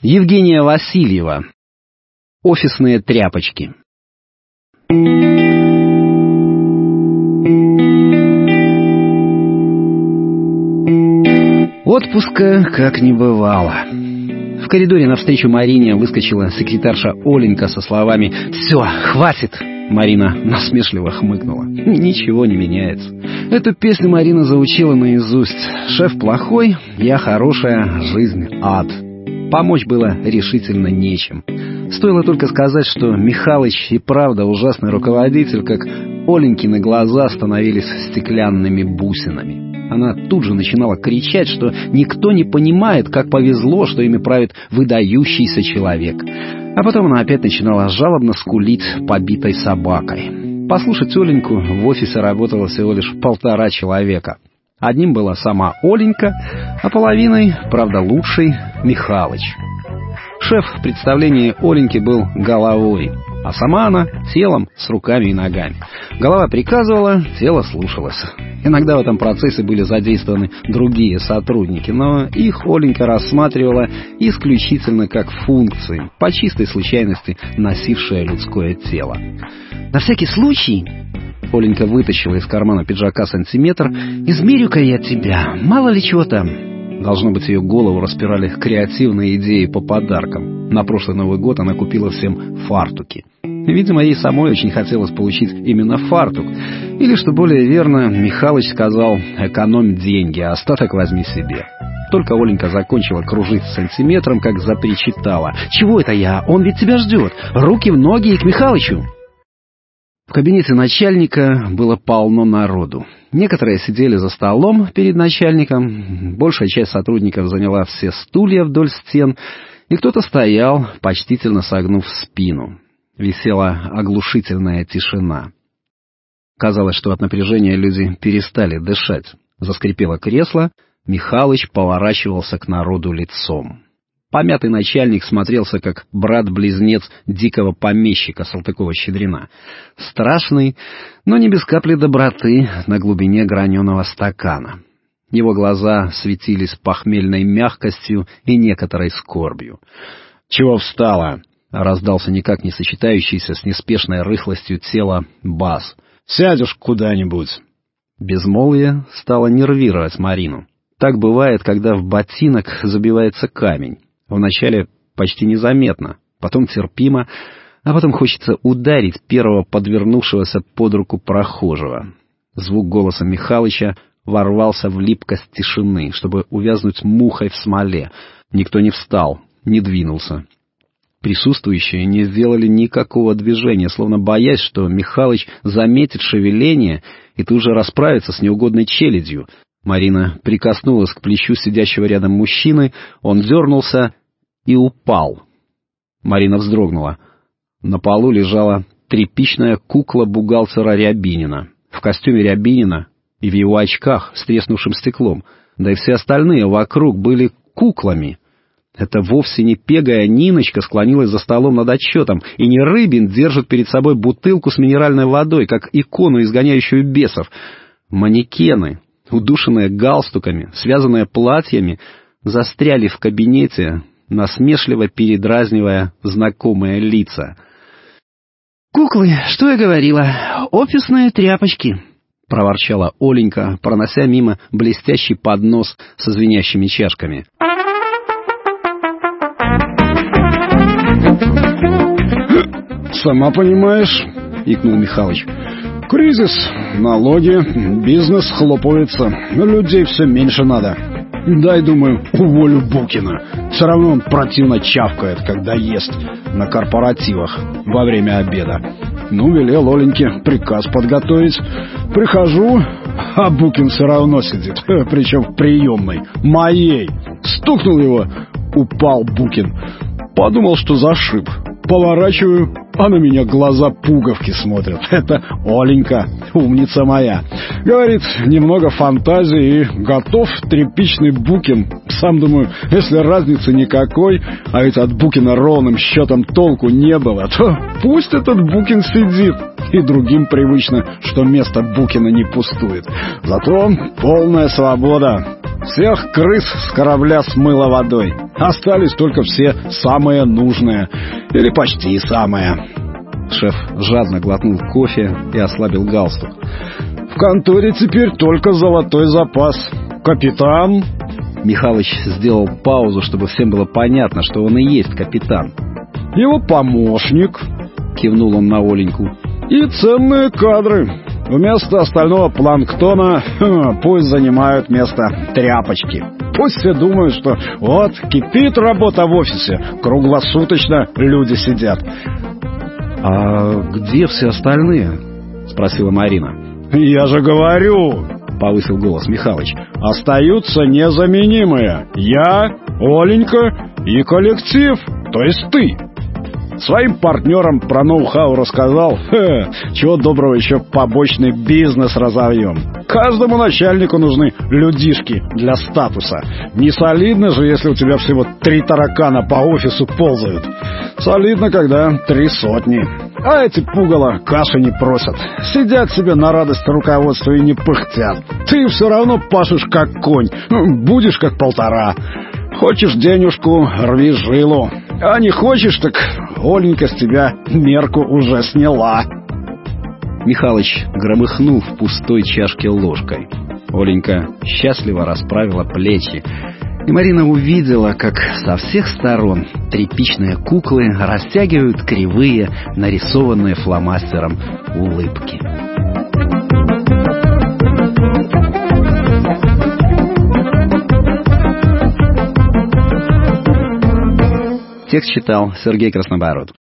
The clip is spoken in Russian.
Евгения Васильева. Офисные тряпочки. Отпуска как не бывало. В коридоре навстречу Марине выскочила секретарша Оленька со словами «Все, хватит!». Марина насмешливо хмыкнула. Ничего не меняется. Эту песню Марина заучила наизусть. «Шеф плохой, я хорошая, жизнь ад». Помочь было решительно нечем. Стоило только сказать, что Михалыч и правда ужасный руководитель, как Оленькины глаза становились стеклянными бусинами. Она тут же начинала кричать, что никто не понимает, как повезло, что ими правит выдающийся человек. А потом она опять начинала жалобно скулить побитой собакой. Послушать Оленьку в офисе работало всего лишь 1,5 человека. Одним была сама Оленька, а половиной, правда лучшей, Михалыч. Шеф в представлении Оленьки был головой, а сама она телом с руками и ногами. Голова приказывала, тело слушалось. Иногда в этом процессе были задействованы другие сотрудники, но их Оленька рассматривала исключительно как функции, по чистой случайности носившее людское тело. «На всякий случай...» Оленька вытащила из кармана пиджака сантиметр. «Измерю-ка я тебя, мало ли чего там». Должно быть, ее голову распирали креативные идеи по подаркам. На прошлый Новый год она купила всем фартуки. Видимо, ей самой очень хотелось получить именно фартук. Или, что более верно, Михалыч сказал: «Экономь деньги, а остаток возьми себе». Только Оленька закончила кружить сантиметром, как запричитала: «Чего это я? Он ведь тебя ждет! Руки в ноги и к Михалычу!» В кабинете начальника было полно народу. Некоторые сидели за столом перед начальником, большая часть сотрудников заняла все стулья вдоль стен, и кто-то стоял, почтительно согнув спину. Висела оглушительная тишина. Казалось, что от напряжения люди перестали дышать. Заскрипело кресло, Михалыч поворачивался к народу лицом. Помятый начальник смотрелся, как брат-близнец дикого помещика Салтыкова-Щедрина. Страшный, но не без капли доброты на глубине граненого стакана. Его глаза светились похмельной мягкостью и некоторой скорбью. «Чего встала?» — раздался никак не сочетающийся с неспешной рыхлостью тела бас. «Сядешь куда-нибудь». Безмолвие стало нервировать Марину. Так бывает, когда в ботинок забивается камень. Вначале почти незаметно, потом терпимо, а потом хочется ударить первого подвернувшегося под руку прохожего. Звук голоса Михалыча ворвался в липкость тишины, чтобы увязнуть мухой в смоле. Никто не встал, не двинулся. Присутствующие не сделали никакого движения, словно боясь, что Михалыч заметит шевеление и тут же расправится с неугодной челядью. Марина прикоснулась к плечу сидящего рядом мужчины, он дернулся и упал. Марина вздрогнула. На полу лежала тряпичная кукла бухгалтера Рябинина. В костюме Рябинина и в его очках с треснувшим стеклом. Да и все остальные вокруг были куклами. Это вовсе не пегая Ниночка склонилась за столом над отчетом, и не Рыбин держит перед собой бутылку с минеральной водой, как икону, изгоняющую бесов. Манекены, удушенные галстуками, связанные платьями, застряли в кабинете, насмешливо передразнивая знакомые лица. «Куклы, что я говорила, офисные тряпочки», — проворчала Оленька, пронося мимо блестящий поднос со звенящими чашками. «Сама понимаешь», — икнул Михалыч, — «кризис, налоги, бизнес хлопается, людей все меньше надо. Дай, думаю, уволю Букина. Все равно он противно чавкает, когда ест на корпоративах во время обеда. Ну, велел Оленьке приказ подготовить. Прихожу, а Букин все равно сидит, причем в приемной, моей. Стукнул его, упал Букин. Подумал, что зашиб. Поворачиваю, а на меня глаза пуговки смотрят. Это Оленька, умница моя. Говорит, немного фантазии и готов тряпичный Букин. Сам думаю, если разницы никакой, а ведь от Букина ровным счетом толку не было, то пусть этот Букин сидит. И другим привычно, что место Букина не пустует. Зато полная свобода. Всех крыс с корабля смыло водой. Остались только все самые нужные. Или почти самые. Шеф жадно глотнул кофе и ослабил галстук. В конторе теперь только золотой запас. Капитан... Михалыч сделал паузу, чтобы всем было понятно, что он и есть капитан. Его помощник, кивнул он на Оленьку, и ценные кадры. Вместо остального планктона пусть занимают место тряпочки. Пусть все думают, что вот кипит работа в офисе, круглосуточно люди сидят. «А где все остальные?» — спросила Марина. «Я же говорю!» — повысил голос Михалыч. «Остаются незаменимые. Я, Оленька и коллектив, то есть ты. Своим партнерам про ноу-хау рассказал. Чего доброго, еще побочный бизнес разовьем. Каждому начальнику нужны людишки для статуса. Не солидно же, если у тебя всего 3 таракана по офису ползают. Солидно, когда 3 сотни. А эти пугало каши не просят. Сидят себе на радость руководства и не пыхтят. Ты все равно пашешь как конь. Будешь как 1,5. Хочешь денежку, рви жилу. А не хочешь, так Оленька с тебя мерку уже сняла». Михалыч громыхнул в пустой чашке ложкой. Оленька счастливо расправила плечи. И Марина увидела, как со всех сторон тряпичные куклы растягивают кривые, нарисованные фломастером улыбки. Текст читал Сергей Краснобород.